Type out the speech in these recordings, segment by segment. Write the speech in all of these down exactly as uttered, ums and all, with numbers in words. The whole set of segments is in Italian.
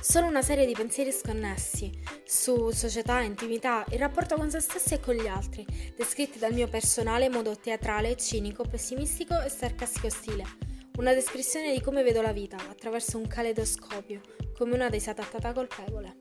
Solo una serie di pensieri sconnessi su società, intimità, il rapporto con se stessi e con gli altri, descritti dal mio personale in modo teatrale, cinico, pessimistico e sarcastico stile. Una descrizione di come vedo la vita, attraverso un caleidoscopio, come una disattaccata colpevole.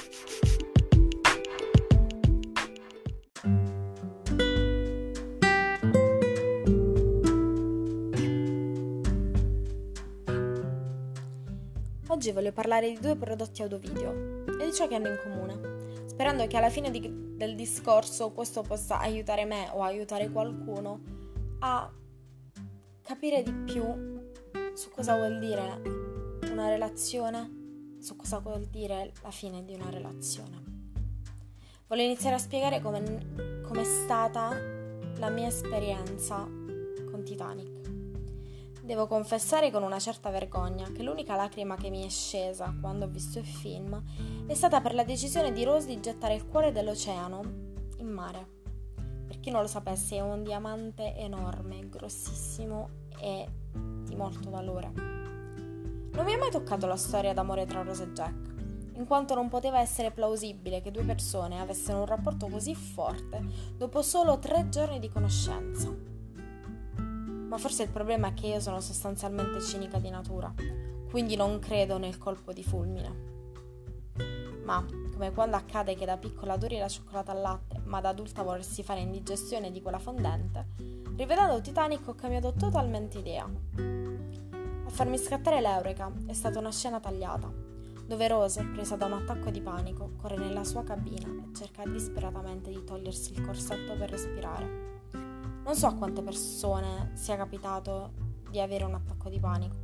Oggi voglio parlare di due prodotti audio-video e di ciò che hanno in comune, sperando che alla fine di, del discorso questo possa aiutare me o aiutare qualcuno a capire di più su cosa vuol dire una relazione, su cosa vuol dire la fine di una relazione. Voglio iniziare a spiegare come è stata la mia esperienza con Titanic. Devo confessare con una certa vergogna che l'unica lacrima che mi è scesa quando ho visto il film è stata per la decisione di Rose di gettare il cuore dell'oceano in mare. Per chi non lo sapesse, è un diamante enorme, grossissimo e di molto valore. Non mi è mai toccato la storia d'amore tra Rose e Jack, in quanto non poteva essere plausibile che due persone avessero un rapporto così forte dopo solo tre giorni di conoscenza. Ma forse il problema è che io sono sostanzialmente cinica di natura, quindi non credo nel colpo di fulmine. Ma, come quando accade che da piccola adori la cioccolata al latte, ma da adulta vorresti fare indigestione di quella fondente, rivedendo Titanic ho cambiato totalmente idea. A farmi scattare l'eureka è stata una scena tagliata, dove Rose, presa da un attacco di panico, corre nella sua cabina e cerca disperatamente di togliersi il corsetto per respirare. Non so a quante persone sia capitato di avere un attacco di panico.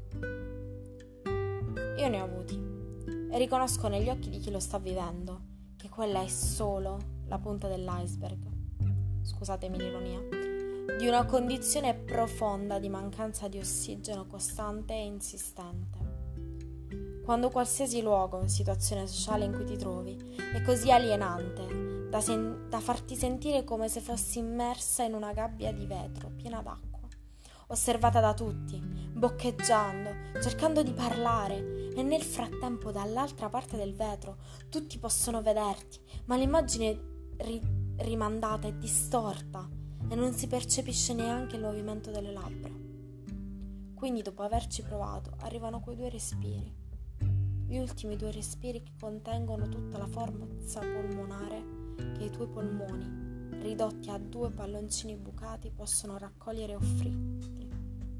Io ne ho avuti e riconosco negli occhi di chi lo sta vivendo che quella è solo la punta dell'iceberg, scusatemi l'ironia, di una condizione profonda di mancanza di ossigeno costante e insistente. Quando qualsiasi luogo, situazione sociale in cui ti trovi è così alienante Da, sen- da farti sentire come se fossi immersa in una gabbia di vetro piena d'acqua, osservata da tutti, boccheggiando, cercando di parlare, e nel frattempo dall'altra parte del vetro tutti possono vederti, ma l'immagine ri- rimandata è distorta e non si percepisce neanche il movimento delle labbra. Quindi dopo averci provato arrivano quei due respiri, gli ultimi due respiri che contengono tutta la forza polmonare che i tuoi polmoni, ridotti a due palloncini bucati, possono raccogliere e offrirti.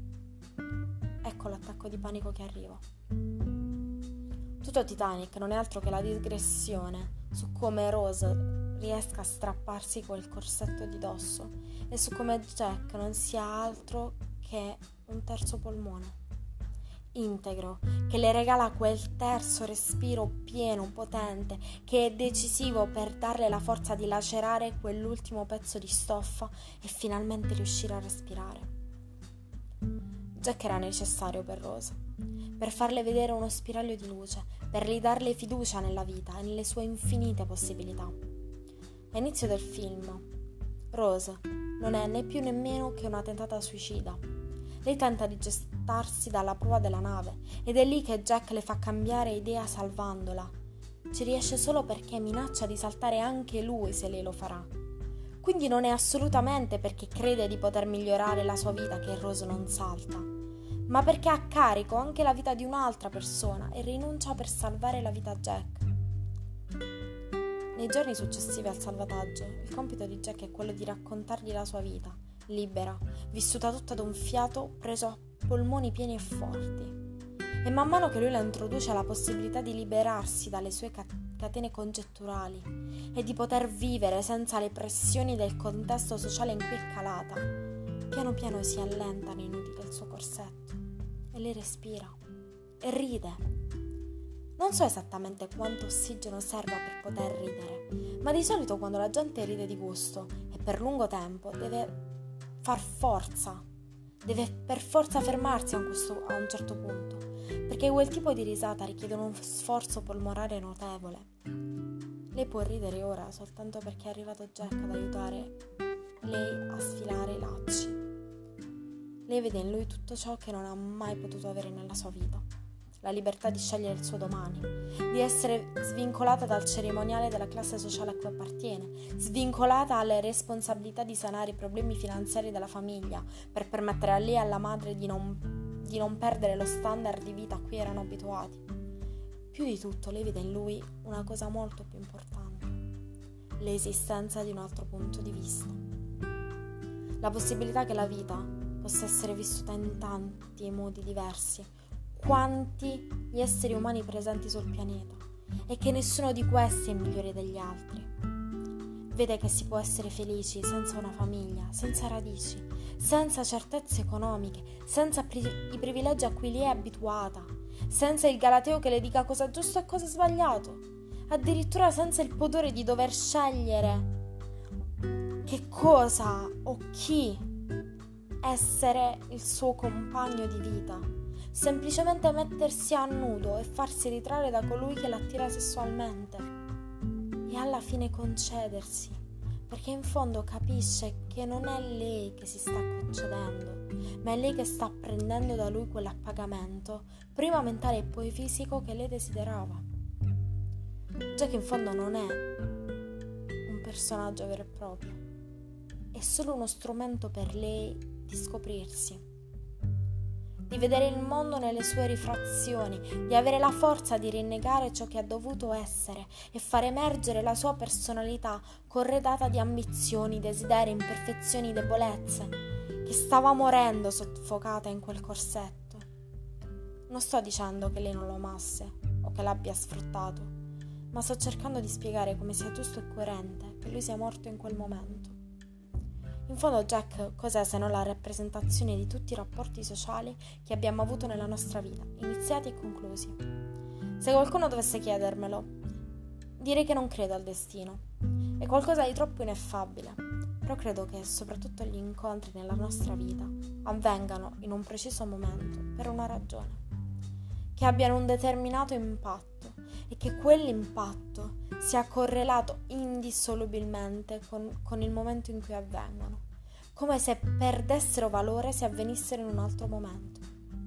Ecco l'attacco di panico che arriva. Tutto Titanic non è altro che la digressione su come Rose riesca a strapparsi quel corsetto di dosso e su come Jack non sia altro che un terzo polmone integro, che le regala quel terzo respiro pieno, potente, che è decisivo per darle la forza di lacerare quell'ultimo pezzo di stoffa e finalmente riuscire a respirare. Jack era necessario per Rose, per farle vedere uno spiraglio di luce, per ridarle fiducia nella vita e nelle sue infinite possibilità. All'inizio del film, Rose non è né più nemmeno che una tentata suicida. Lei tenta di gestarsi dalla prua della nave ed è lì che Jack le fa cambiare idea salvandola. Ci riesce solo perché minaccia di saltare anche lui se lei lo farà. Quindi non è assolutamente perché crede di poter migliorare la sua vita che Rose non salta, ma perché ha a carico anche la vita di un'altra persona e rinuncia per salvare la vita a Jack. Nei giorni successivi al salvataggio, il compito di Jack è quello di raccontargli la sua vita, libera, vissuta tutta da un fiato preso a polmoni pieni e forti. E man mano che lui la introduce alla possibilità di liberarsi dalle sue catene congetturali e di poter vivere senza le pressioni del contesto sociale in cui è calata, piano piano si allentano i nudi del suo corsetto e lei respira e ride. Non so esattamente quanto ossigeno serva per poter ridere, ma di solito quando la gente ride di gusto e per lungo tempo deve far forza, deve per forza fermarsi a un, questo, a un certo punto, perché quel tipo di risata richiede uno sforzo polmonare notevole. Lei può ridere ora soltanto perché è arrivato Jack ad aiutare lei a sfilare i lacci. Lei vede in lui tutto ciò che non ha mai potuto avere nella sua vita. la libertà di scegliere il suo domani, di essere svincolata dal cerimoniale della classe sociale a cui appartiene, svincolata alle responsabilità di sanare i problemi finanziari della famiglia per permettere a lei e alla madre di non, di non perdere lo standard di vita a cui erano abituati. Più di tutto, lei vede in lui una cosa molto più importante: l'esistenza di un altro punto di vista. La possibilità che la vita possa essere vissuta in tanti modi diversi, quanti gli esseri umani presenti sul pianeta, e che nessuno di questi è migliore degli altri. Vede che si può essere felici senza una famiglia, senza radici, senza certezze economiche, senza pri- i privilegi a cui lei è abituata, senza il galateo che le dica cosa è giusto e cosa è sbagliato, addirittura senza il pudore di dover scegliere che cosa o chi essere il suo compagno di vita, semplicemente mettersi a nudo e farsi ritrarre da colui che l'attira sessualmente e alla fine concedersi, perché in fondo capisce che non è lei che si sta concedendo, ma è lei che sta prendendo da lui quell'appagamento, prima mentale e poi fisico, che lei desiderava. Già che in fondo non è un personaggio vero e proprio, è solo uno strumento per lei di scoprirsi, di vedere il mondo nelle sue rifrazioni, di avere la forza di rinnegare ciò che ha dovuto essere e far emergere la sua personalità corredata di ambizioni, desideri, imperfezioni, debolezze, che stava morendo soffocata in quel corsetto. Non sto dicendo che lei non lo amasse o che l'abbia sfruttato, ma sto cercando di spiegare come sia giusto e coerente che lui sia morto in quel momento. In fondo Jack cos'è se non la rappresentazione di tutti i rapporti sociali che abbiamo avuto nella nostra vita, iniziati e conclusi? Se qualcuno dovesse chiedermelo, direi che non credo al destino. È qualcosa di troppo ineffabile, però credo che soprattutto gli incontri nella nostra vita avvengano in un preciso momento per una ragione, che abbiano un determinato impatto e che quell'impatto sia correlato indissolubilmente con, con il momento in cui avvengono, come se perdessero valore se avvenissero in un altro momento.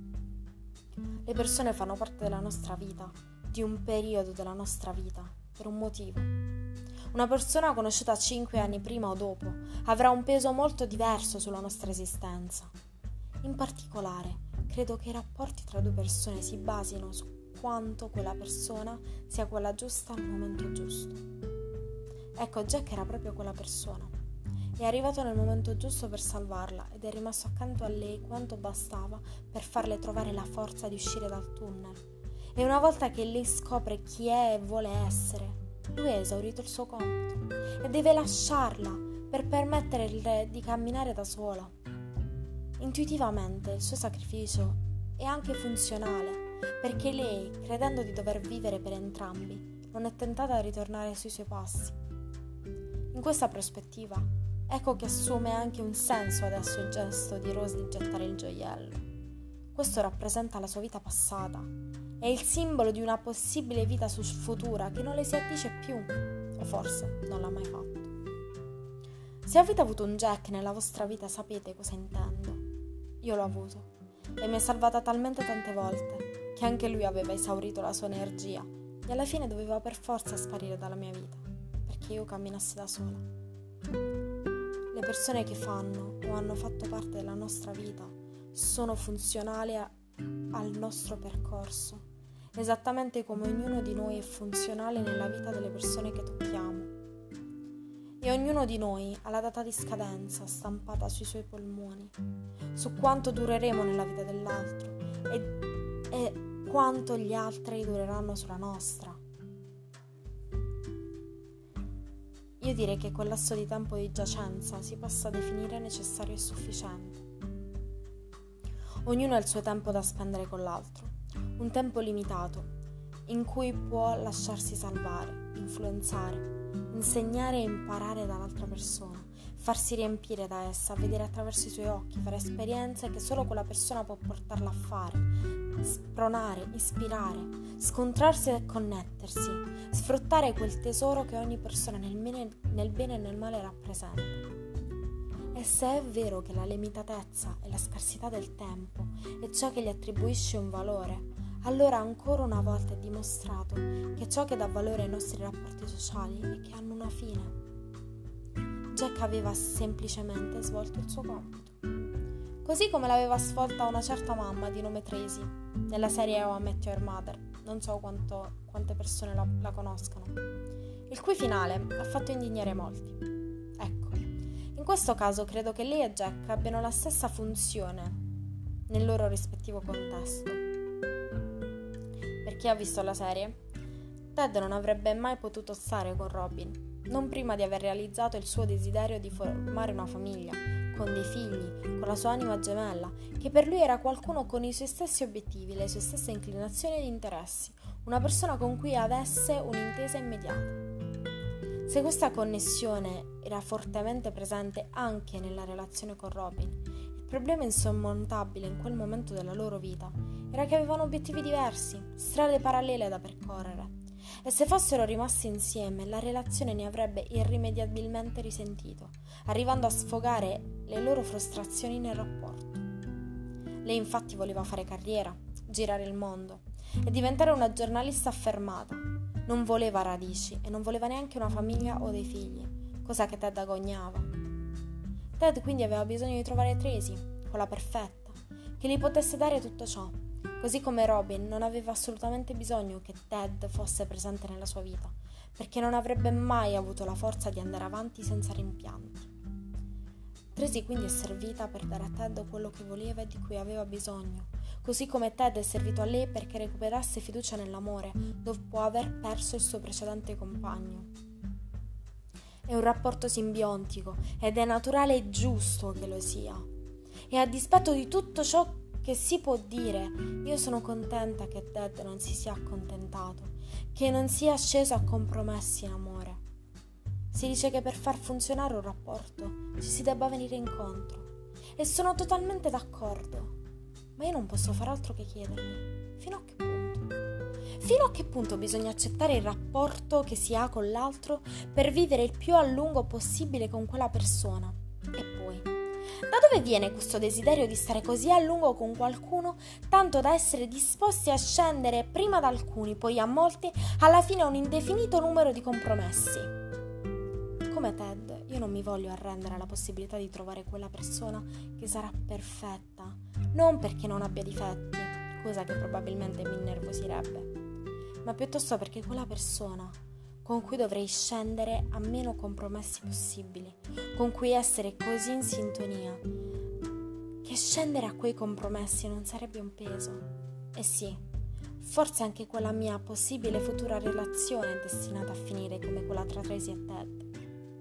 Le persone fanno parte della nostra vita, di un periodo della nostra vita, per un motivo. Una persona conosciuta cinque anni prima o dopo avrà un peso molto diverso sulla nostra esistenza. In particolare, credo che i rapporti tra due persone si basino su quanto quella persona sia quella giusta al momento giusto. Ecco, Jack era proprio quella persona. È arrivato nel momento giusto per salvarla ed è rimasto accanto a lei quanto bastava per farle trovare la forza di uscire dal tunnel. E una volta che lei scopre chi è e vuole essere, lui ha esaurito il suo compito e deve lasciarla per permetterle di camminare da sola. Intuitivamente il suo sacrificio è anche funzionale, perché lei, credendo di dover vivere per entrambi, non è tentata a ritornare sui suoi passi. In questa prospettiva, ecco che assume anche un senso adesso il gesto di Rose di gettare il gioiello. Questo rappresenta la sua vita passata, è il simbolo di una possibile vita futura che non le si addice più, o forse non l'ha mai fatto. Se avete avuto un Jack nella vostra vita sapete cosa intendo. Io l'ho avuto e mi è salvata talmente tante volte che anche lui aveva esaurito la sua energia e alla fine doveva per forza sparire dalla mia vita perché io camminassi da sola. Le persone che fanno o hanno fatto parte della nostra vita sono funzionali a, al nostro percorso, esattamente come ognuno di noi è funzionale nella vita delle persone che tocchiamo. E ognuno di noi ha la data di scadenza stampata sui suoi polmoni, su quanto dureremo nella vita dell'altro e, e quanto gli altri dureranno sulla nostra. Io direi che quel lasso di tempo di giacenza si possa definire necessario e sufficiente. Ognuno ha il suo tempo da spendere con l'altro, un tempo limitato, in cui può lasciarsi salvare, influenzare, insegnare e imparare dall'altra persona, farsi riempire da essa, vedere attraverso i suoi occhi, fare esperienze che solo quella persona può portarla a fare, spronare, ispirare, scontrarsi e connettersi, sfruttare quel tesoro che ogni persona nel bene, nel bene e nel male rappresenta. E se è vero che la limitatezza e la scarsità del tempo è ciò che gli attribuisce un valore, allora ancora una volta è dimostrato che ciò che dà valore ai nostri rapporti sociali è che hanno una fine. Jack aveva semplicemente svolto il suo compito, così come l'aveva svolta una certa mamma di nome Tracy nella serie How I Met Your Mother. Non so quanto, quante persone la, la conoscano, il cui finale ha fatto indignare molti. Ecco, in questo caso credo che lei e Jack abbiano la stessa funzione nel loro rispettivo contesto. Per chi ha visto la serie, Ted non avrebbe mai potuto stare con Robin, non prima di aver realizzato il suo desiderio di formare una famiglia, con dei figli, con la sua anima gemella, che per lui era qualcuno con i suoi stessi obiettivi, le sue stesse inclinazioni ed interessi, una persona con cui avesse un'intesa immediata. Se questa connessione era fortemente presente anche nella relazione con Robin, il problema insormontabile in quel momento della loro vita era che avevano obiettivi diversi, strade parallele da percorrere. E se fossero rimasti insieme, la relazione ne avrebbe irrimediabilmente risentito, arrivando a sfogare le loro frustrazioni nel rapporto. Lei infatti voleva fare carriera, girare il mondo e diventare una giornalista affermata. Non voleva radici e non voleva neanche una famiglia o dei figli, cosa che Ted agognava. Ted quindi aveva bisogno di trovare Tracy, quella perfetta, che gli potesse dare tutto ciò. Così come Robin non aveva assolutamente bisogno che Ted fosse presente nella sua vita, perché non avrebbe mai avuto la forza di andare avanti senza rimpianti. Tracy quindi è servita per dare a Ted quello che voleva e di cui aveva bisogno, così come Ted è servito a lei perché recuperasse fiducia nell'amore dopo aver perso il suo precedente compagno. È un rapporto simbiontico ed è naturale e giusto che lo sia. E a dispetto di tutto ciò che si può dire, io sono contenta che Ted non si sia accontentato, che non sia sceso a compromessi in amore. Si dice che per far funzionare un rapporto ci si debba venire incontro e sono totalmente d'accordo, ma io non posso far altro che chiedermi fino a che punto? Fino a che punto bisogna accettare il rapporto che si ha con l'altro per vivere il più a lungo possibile con quella persona? E poi, da dove viene questo desiderio di stare così a lungo con qualcuno, tanto da essere disposti a scendere prima da alcuni, poi a molti, alla fine a un indefinito numero di compromessi? Come Ted, io non mi voglio arrendere alla possibilità di trovare quella persona che sarà perfetta, non perché non abbia difetti, cosa che probabilmente mi innervosirebbe, ma piuttosto perché quella persona con cui dovrei scendere a meno compromessi possibili, con cui essere così in sintonia, che scendere a quei compromessi non sarebbe un peso. E sì, forse anche quella mia possibile futura relazione è destinata a finire come quella tra Tracy e Ted.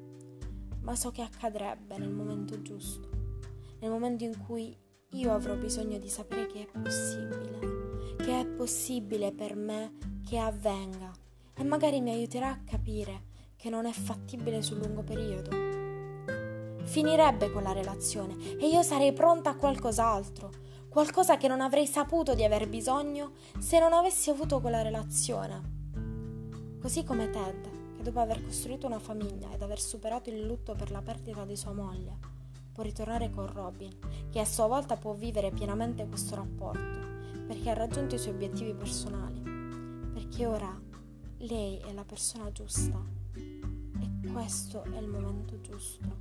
Ma so che accadrebbe nel momento giusto, nel momento in cui io avrò bisogno di sapere che è possibile, che è possibile per me che avvenga, e magari mi aiuterà a capire che non è fattibile sul lungo periodo. Finirebbe quella relazione e io sarei pronta a qualcos'altro, qualcosa che non avrei saputo di aver bisogno se non avessi avuto quella relazione. Così come Ted, che dopo aver costruito una famiglia ed aver superato il lutto per la perdita di sua moglie, può ritornare con Robin, che a sua volta può vivere pienamente questo rapporto, perché ha raggiunto i suoi obiettivi personali, perché ora lei è la persona giusta e questo è il momento giusto.